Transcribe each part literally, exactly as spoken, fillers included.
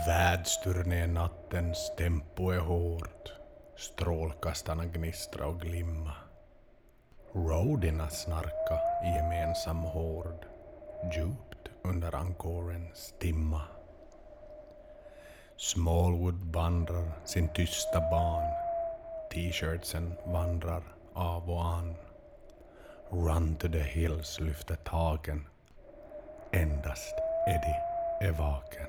Världsturnénattens tempo är hårt. Strålkastarna gnistra och glimma. Roadierna snarka i gemensam hord. Djupt under ankorens timma. Smallwood vandrar sin tysta ban. T-shirtsen vandrar av och an. Run to the hills lyfter taken. Endast Eddie är vaken.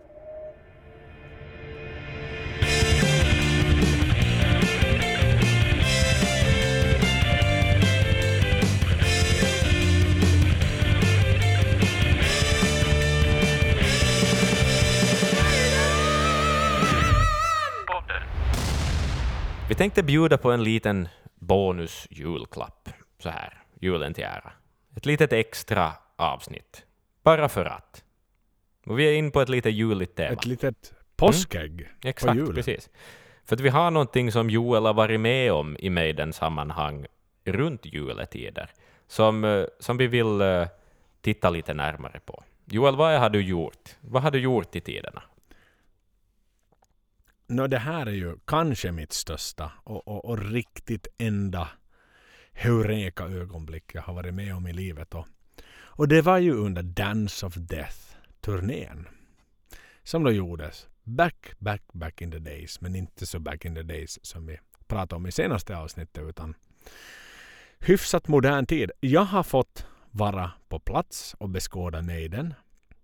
Vi tänkte bjuda på en liten bonus julklapp, så här, julen till ära. Ett litet extra avsnitt, bara för att. Och vi är in på ett lite juligt tema. Ett litet påskägg mm. på Exakt, julen. Precis. För att vi har någonting som Joel har varit med om i Maiden sammanhang runt juletider, som, som vi vill uh, titta lite närmare på. Joel, vad har du gjort? Vad har du gjort i tiderna? No, det här är ju kanske mitt största och, och, och riktigt enda heureka ögonblick jag har varit med om i livet. Och, och det var ju under Dance of Death-turnén som då gjordes back, back, back in the days. Men inte så back in the days som vi pratade om i senaste avsnittet, utan hyfsat modern tid. Jag har fått vara på plats och beskåda Maiden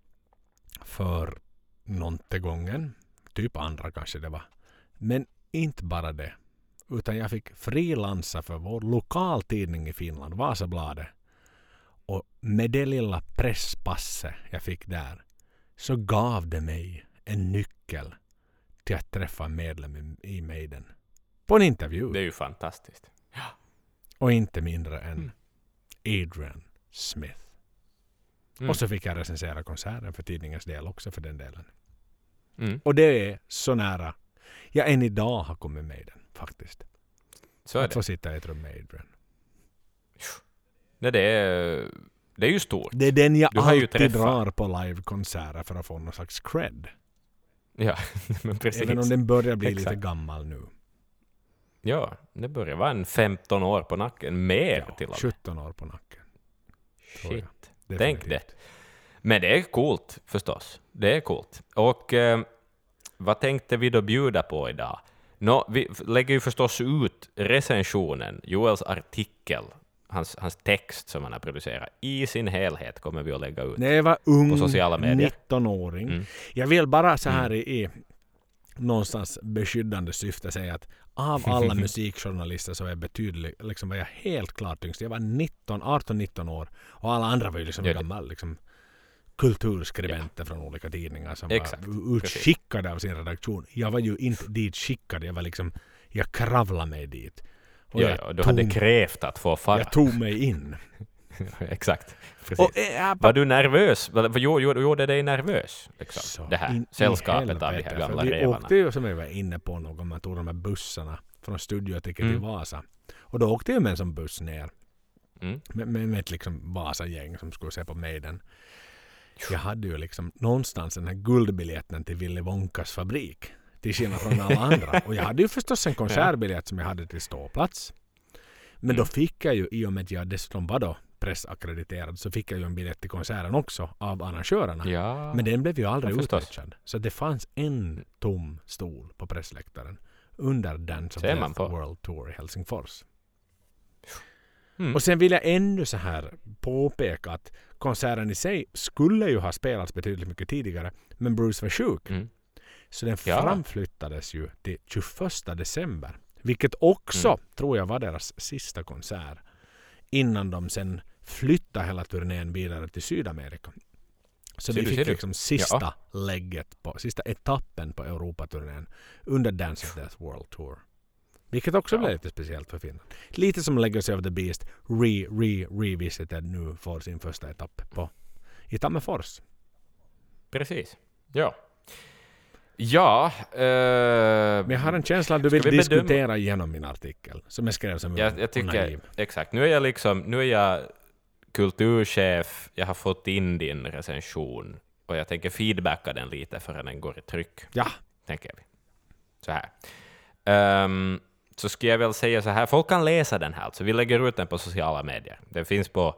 för någonte gången. Typ andra kanske det var. Men inte bara det. Utan jag fick frilansa för vår lokaltidning i Finland, Vasabladet. Och med det lilla presspasset jag fick där så gav det mig en nyckel till att träffa en medlem i Maiden. På en intervju. Det är ju fantastiskt. Ja. Och inte mindre än mm. Adrian Smith. Mm. Och så fick jag recensera konserten för tidningens del också för den delen. Mm. Och det är så nära jag än idag har kommit med den faktiskt. Så är att det. få sitta i ett rum med Adrian. Nej, det är, det är ju stort. Det är den jag du alltid drar på livekonserter för att få någon slags cred. Ja, men precis. Även om den börjar bli Exakt. lite gammal nu. Ja, det börjar vara en femton år på nacken. Mer ja, till och med. sjutton år på nacken. Shit, tänk det. Men det är coolt förstås. Det är coolt. Och eh, vad tänkte vi då bjuda på idag? Nå, vi lägger ju förstås ut recensionen, Joels artikel, hans, hans text som han har producerat. I sin helhet kommer vi att lägga ut. När jag var ung, på sociala medier. nittonåring. Mm. Jag vill bara så här mm. i, i någonstans beskyddande syfte säga att av alla musikjournalister så var jag betydligt, liksom var jag helt klart yngst. Jag var nitton, arton nitton år och alla andra var ju liksom ja, gammal liksom kulturskribenter ja. från olika tidningar som Exakt. var utskickade Precis. av sin redaktion. Jag var ju inte dit skickad, jag var liksom, jag kravlade mig dit. Och ja, ja, du hade krävt att få fara. Jag tog mig in. Exakt. Precis. Och, äh, var du nervös? Vad gjorde, gjorde dig nervös? Liksom, så, det här in, sällskapet av de här gamla vi revarna. Vi åkte ju, som jag var inne på någon, man tog de här bussarna från Studioticket mm. till Vasa. Och då åkte jag med en sån buss ner. Mm. Med, med, med ett liksom Vasa-gäng som skulle se på Maiden. Jag hade ju liksom någonstans den här guldbiljetten till Willy Wonkas fabrik. Till skillnad från alla andra. Och jag hade ju förstås en konsertbiljett som jag hade till ståplats. Men mm. då fick jag ju, i och med att jag dessutom var då pressakkrediterad, så fick jag ju en biljett till konserten också av arrangörerna. Ja. Men den blev ju aldrig utnyttjad. Så det fanns en tom stol på pressläktaren under Dance of Death World Tour i Helsingfors. Mm. Och sen vill jag ännu så här påpeka att konserten i sig skulle ju ha spelats betydligt mycket tidigare, men Bruce var sjuk. Mm. Så den ja. framflyttades ju till tjugoförsta december. Vilket också, mm. tror jag, var deras sista konsert. Innan de sen flyttade hela turnén vidare till Sydamerika. Så vi fick liksom sista ja. lägget på, sista etappen på Europaturnén under Dance of Death World Tour. Vilket också ja. blev lite speciellt för Finland. Lite som Legacy of the Beast re, re, revisited nu för sin första etapp på, i Tammerfors. Precis, ja. Ja. Uh, Men jag har en känsla att du vill vi diskutera bedöma? igenom min artikel som jag skrev som jag, jag tycker, exakt. Nu är jag liksom, nu är jag kulturchef. Jag har fått in din recension Och jag tänker feedbacka den lite förrän den går i tryck. Ja. Tänker vi. Så här. Um, så ska jag väl säga så här. Folk kan läsa den här. Så vi lägger ut den på sociala medier. Den finns på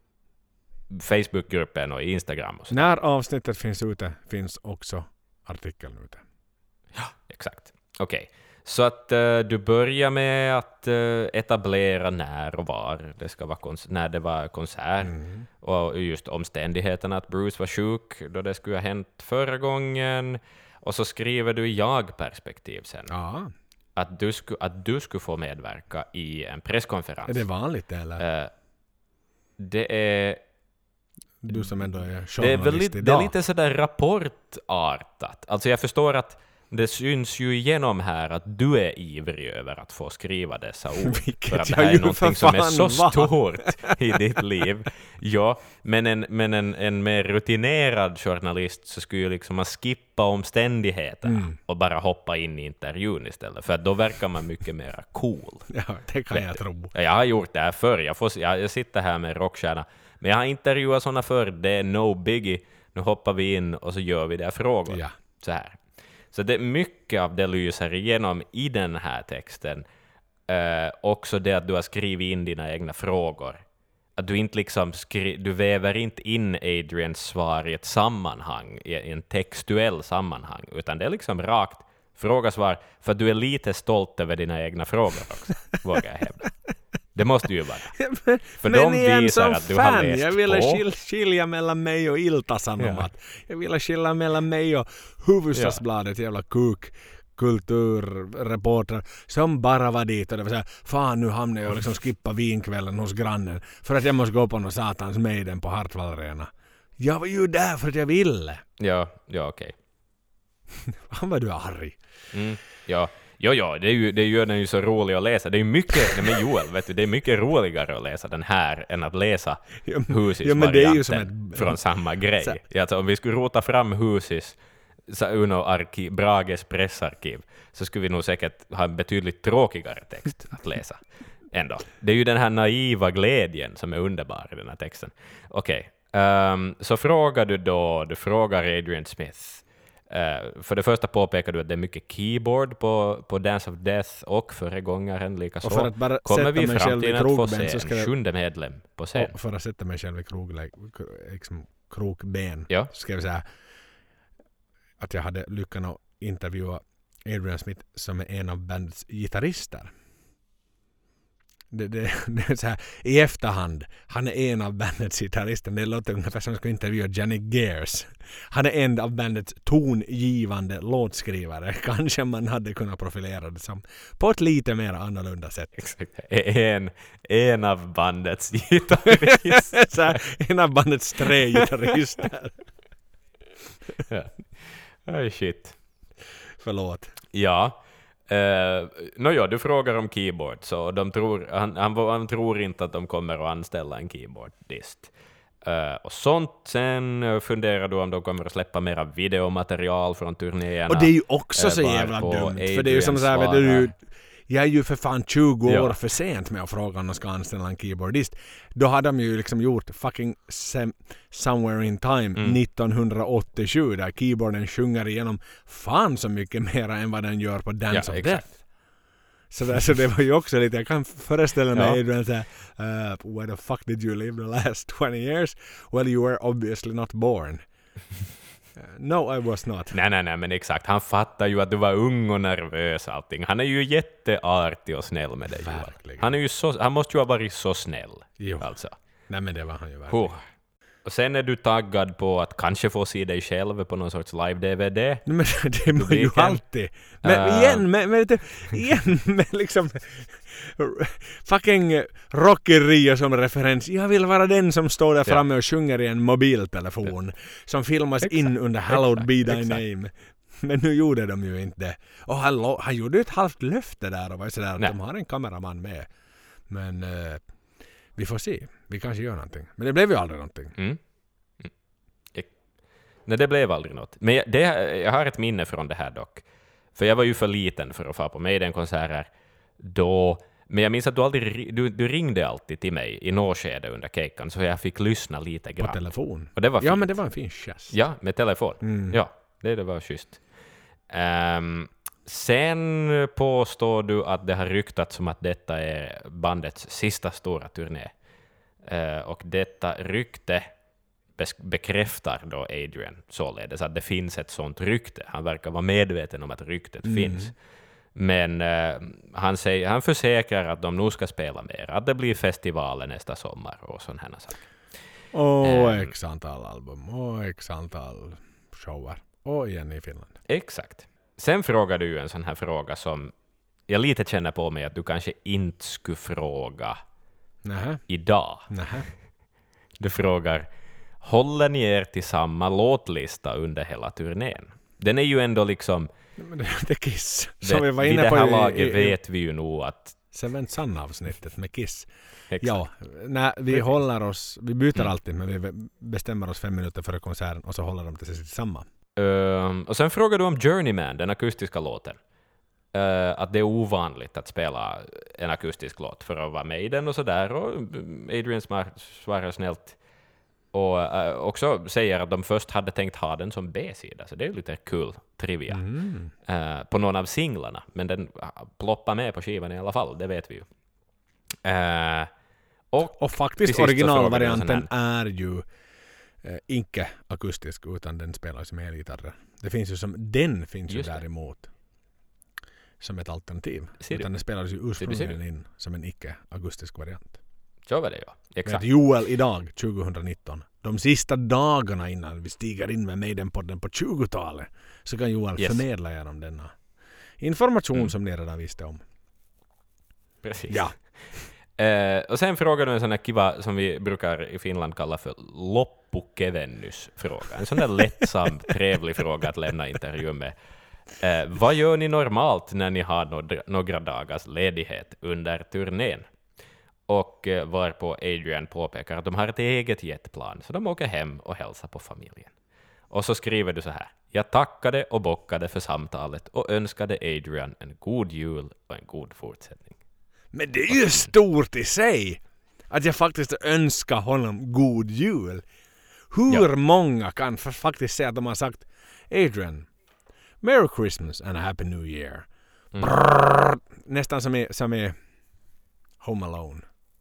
Facebookgruppen och Instagram. Och så. När avsnittet finns ute finns också artikeln ute. Ja, exakt. Okej. Okay. Så att uh, du börjar med att uh, etablera när och var det ska vara kons- när det var konsert. Mm. Och just omständigheterna att Bruce var sjuk då det skulle ha hänt förra gången. Och så skriver du i jag-perspektiv sen. Ja. Att du, sku, att du skulle få medverka i en presskonferens. Är det vanligt eller? Uh, det är... Du som ändå är journalist det är, väl li- idag. det är lite sådär rapportartat. Alltså jag förstår att det syns ju igenom här att du är ivrig över att få skriva dessa ord. För att det här är någonting som är så stort i ditt liv. Ja, men en, men en, en mer rutinerad journalist så skulle ju liksom man skippa omständigheterna mm. och bara hoppa in i intervjun istället. För då verkar man mycket mer cool. Ja, det kan jag tro. Jag har gjort det här förr. Jag, får, jag, jag sitter här med rockstjärna. Men jag har intervjuat sådana förr. Det är no biggie. Nu hoppar vi in och så gör vi det här frågor. Ja. Så här. Så det är mycket av det lyser igenom i den här texten. Eh, också det att du har skrivit in dina egna frågor. Att du inte liksom skri- du väver inte in Adrians svar i ett sammanhang, i en textuell sammanhang, utan det är liksom rakt fråga-svar, för att du är lite stolt över dina egna frågor också, vågar jag hävda. Det måste ju vara. men, för men de visar att du fan, har läst jag ville på. Skil, skilja mellan mig och Ilta-Sanomat. Ja. Jag ville skilja mellan mig och Hufvudstadsbladet, ja. Jävla kuk kulturreporter som bara var dit och det var så här, fan nu hamnar jag och liksom skippa vinkvällen hos grannen för att jag måste gå på någon satans Maiden på Hartwall Arena. Jag var ju där för att jag ville. Ja, ja okej. Okay. Han var du arg. Mm, ja. Ja, ja, det, är ju, det gör den ju så rolig att läsa. Det är ju mycket, nej men Joel, vet du, det är mycket roligare att läsa den här än att läsa Husis-varianten ja, från samma grej. Så. Alltså, om vi skulle rota fram Husis Uno-arkiv, Brages pressarkiv, så skulle vi nog säkert ha en betydligt tråkigare text att läsa. Ändå. Det är ju den här naiva glädjen som är underbar i den här texten. Okej, okay. um, så frågar du då, du frågar Adrian Smith. Uh, för det första påpekar du att det är mycket keyboard på, på Dance of Death och föregångaren lika så. För att bara kommer vi mig fram till att få se så en jag... sjunde medlem på scen. Och för att sätta mig själv i krog, liksom, krokben ja. så ska jag säga att jag hade lyckan att intervjua Adrian Smith som är en av bandets gitarrister. Det, det, det är så här, i efterhand, han är en av bandets gitarrister. Det låter ungefär som att jag ska intervjua Janet Gears. Han är en av bandets tongivande låtskrivare. Kanske man hade kunnat profilera det som på ett lite mer annorlunda sätt. Exakt. En, en av bandets gitarrister. Så här, en av bandets tre gitarrister. Ja. Oh, shit. Förlåt. Ja. Uh, Nåja, du frågar om keyboard. Så de tror, han, han, han tror inte att de kommer att anställa en keyboardist. Uh, och sånt. Sen funderar du om de kommer att släppa mera videomaterial från turnéerna. Och det är ju också uh, så uh, jävla dumt. För det är ju som så här, vet du, jag är ju för fan tjugo ja. år för sent med att fråga om de ska anställa en keyboardist. Då hade de ju liksom gjort fucking sem- Somewhere in Time mm. nittonhundraåttiosju där keyboarden sjunger igenom fan så mycket mer än vad den gör på Dance ja, of exakt. Death. Så, där, så det var ju också lite, jag kan föreställa mig Adrian säga uh, where the fuck did you live the last twenty years? Well, you were obviously not born. Uh, no, I was not. Nej, nej, nej, men exakt. Han fattar ju att du var ung och nervös allting. Han är ju jätteartig och snäll med dig. Han är ju så, han måste ju ha varit så snäll. Jo. Alltså. Nej, men det var han ju verkligen. Oh. Och sen är du taggad på att kanske få se dig själv på någon sorts live-D V D. Nej, men det är man ju alltid. Men uh. igen, med, med, igen med liksom fucking Rocky Rio som referens. Jag vill vara den som står där framme och sjunger i en mobiltelefon som filmas exakt. In under Hallowed exakt. Be Thy exakt. Name. Men nu gjorde de ju inte det. Och han, lo- han gjorde ett halvt löfte där och var sådär att de har en kameraman med. Men uh, vi får se. Vi kanske gör någonting. Men det blev ju aldrig någonting. Mm. Mm. Nej, det blev aldrig något. Men jag, det, jag har ett minne från det här dock. För jag var ju för liten för att få på Maiden-konserter då. Men jag minns att du, aldrig, du, du ringde alltid till mig i något skede under kekan så jag fick lyssna lite grann. På telefon? Och det var fint. Ja, men det var en fin gest. Ja, med telefon. Mm. Ja, det, det var schysst. Um, sen påstår du att det har ryktats som att detta är bandets sista stora turné. Uh, och detta rykte bes- bekräftar då Adrian således att det finns ett sånt rykte. Han verkar vara medveten om att ryktet mm. finns. Men uh, han, säger, han försäkrar att de nog ska spela mer, att det blir festivaler nästa sommar och sådana här saker. Och um, x antal album och x antal shower och igen i Finland. Exakt. Sen frågar du ju en sån här fråga som jag lite känner på mig att du kanske inte skulle fråga Nähä. idag. Nähä. Du frågar, håller ni er till samma låtlista under hela turnén? Den är ju ändå liksom... Men det, det är Kiss. Som det, vi var inne vid på det här i, laget i, vet vi ju nog att... Seven Sun-avsnittet med Kiss. Exakt. Ja, när vi håller oss... Vi byter mm. alltid, men vi bestämmer oss fem minuter före konserten och så håller de till sig samma. Um, och sen frågar du om Journeyman, den akustiska låten. Uh, att det är ovanligt att spela en akustisk låt för att vara med i den och sådär. Och Adrian svarar snällt. Och uh, också säger att de först hade tänkt ha den som B-sida. Så det är lite kul trivia. Mm. Uh, på någon av singlarna. Men den ploppar med på skivan i alla fall, det vet vi ju. Uh, och, och faktiskt originalvarianten är ju eh, inte akustisk utan den spelas med elgitarrer. Det finns ju som, den finns Just ju däremot som ett alternativ. Ser utan du? Den spelas ju ursprungligen in som en icke-akustisk variant. Så var det ja. Exakt. Med Joel idag, tjugonitton. De sista dagarna innan vi stiger in med Maiden-podden på tjugotalet så kan Joel yes. förmedla genom denna information mm. som ni redan visste om. Precis. Ja. Uh, och sen frågar du en sån här kiva som vi brukar i Finland kalla för loppukevennys-fråga. En sån där lättsam, trevlig fråga att lämna intervju med. Uh, vad gör ni normalt när ni har några, några dagars ledighet under turnén? Och uh, varpå Adrian påpekar att de har ett eget jetplan, så de åker hem och hälsar på familjen. Och så skriver du så här. Jag tackade och bockade för samtalet och önskade Adrian en god jul och en god fortsättning. Men det är ju stort i sig att jag faktiskt önskar honom god jul. Hur ja. många kan faktiskt säga att de har sagt Adrian, Merry Christmas and a Happy New Year. Mm. Brrr, nästan som är, som är Home Alone.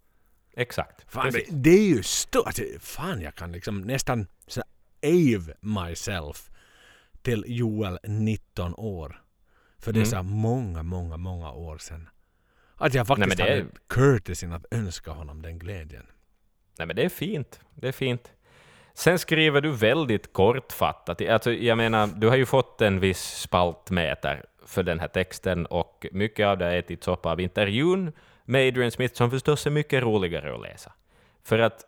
Exakt. Fan, det, det är ju stort. Alltså, fan, jag kan liksom nästan så ave myself till Joel nitton år. För det är mm. så många, många, många år sedan. Att jag faktiskt Nej, hade är... courtesyn att önska honom den glädjen. Nej, men det är fint. Det är fint. Sen skriver du väldigt kortfattat. Alltså, jag menar, du har ju fått en viss spaltmeter för den här texten och mycket av det är ätits upp av intervjun med Adrian Smith som förstås är mycket roligare att läsa. För att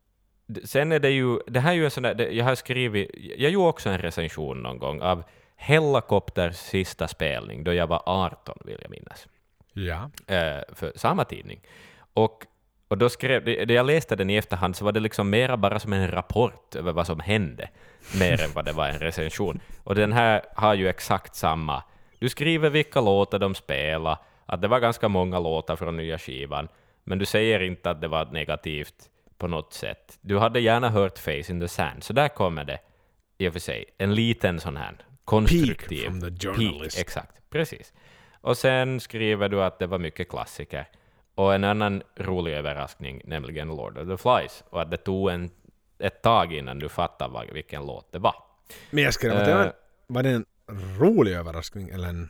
sen är det ju, det här är ju en sån där, jag har skrivit, jag gjorde också en recension någon gång av Hellacopters sista spelning då jag var arton, vill jag minnas. Ja. Uh, för samma tidning. Och, och då skrev, det, det jag läste den i efterhand så var det liksom mera bara som en rapport över vad som hände, mer än vad det var en recension. Och den här har ju exakt samma. Du skriver vilka låtar de spelar, att det var ganska många låtar från nya skivan, men du säger inte att det var negativt på något sätt. Du hade gärna hört Face in the Sand, så där kommer det i och för sig en liten sån här konstruktiv peak from the journalist. Peak, exakt, precis. Och sen skriver du att det var mycket klassiker. Och en annan rolig överraskning, nämligen Lord of the Flies. Och att det tog en, ett tag innan du fattade vilken låt det var. Men jag skrev att det var, var det en rolig överraskning eller en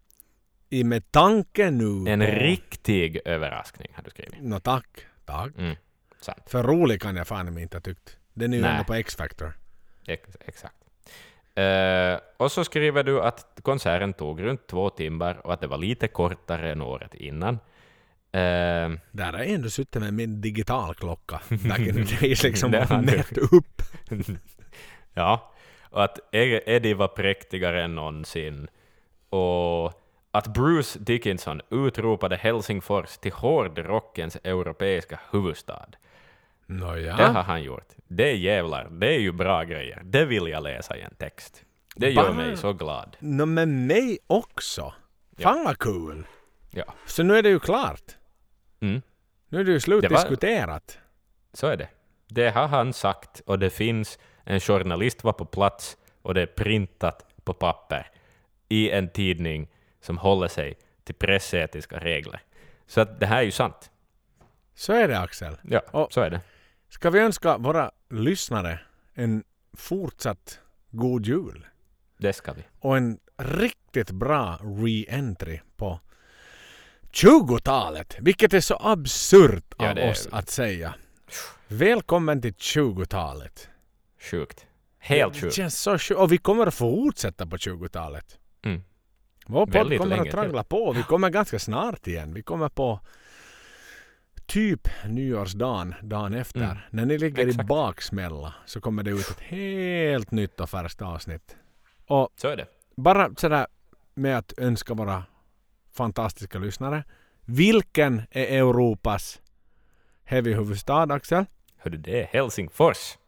i med tanke nu en på... riktig överraskning har du skrivit. Nå tack, tack. Mm, sant. För rolig kan jag fan inte ha tyckt. Den är ju Nej. ändå på X-Factor. Ex- exakt. Uh, och så skriver du att konserten tog runt två timmar och att det var lite kortare än året innan. Uh, Där har jag ändå suttit med min digitalklocka back in the days liksom och mätt upp. Ja, och att Eddie var präktigare än någonsin. Och att Bruce Dickinson utropade Helsingfors till hårdrockens europeiska huvudstad. No, ja. Det har han gjort. Det är jävlar, det är ju bra grejer. Det vill jag läsa i en text. Det gör Bara... mig så glad. No, men mig också. Fan vad cool. Ja. Så nu är det ju klart. Mm. Nu är det ju slutdiskuterat. Så är det. Det har han sagt och det finns en journalist var på plats och det är printat på papper i en tidning som håller sig till pressetiska regler. Så att det här är ju sant. Så är det, Axel. Ja, och så är det. Ska vi önska våra lyssnare en fortsatt god jul? Det ska vi. Och en riktigt bra re-entry på tjugotalet, vilket är så absurt av ja, är... oss att säga. Välkommen till tjugotalet. Sjukt. Helt sjukt. Det känns så sjukt. Och vi kommer att fortsätta på tjugotalet. Mm. Vår podd kommer att traggla på. Vi kommer ganska snart igen. Vi kommer på typ nyårsdagen, dagen efter. Mm. När ni ligger Exakt. i baksmälla så kommer det ut ett helt nytt och färskt avsnitt. Och så är det. Bara sådär med att önska våra fantastiska lyssnare. Vilken är Europas heavy huvudstad, Axel? Hörde det är Helsingfors.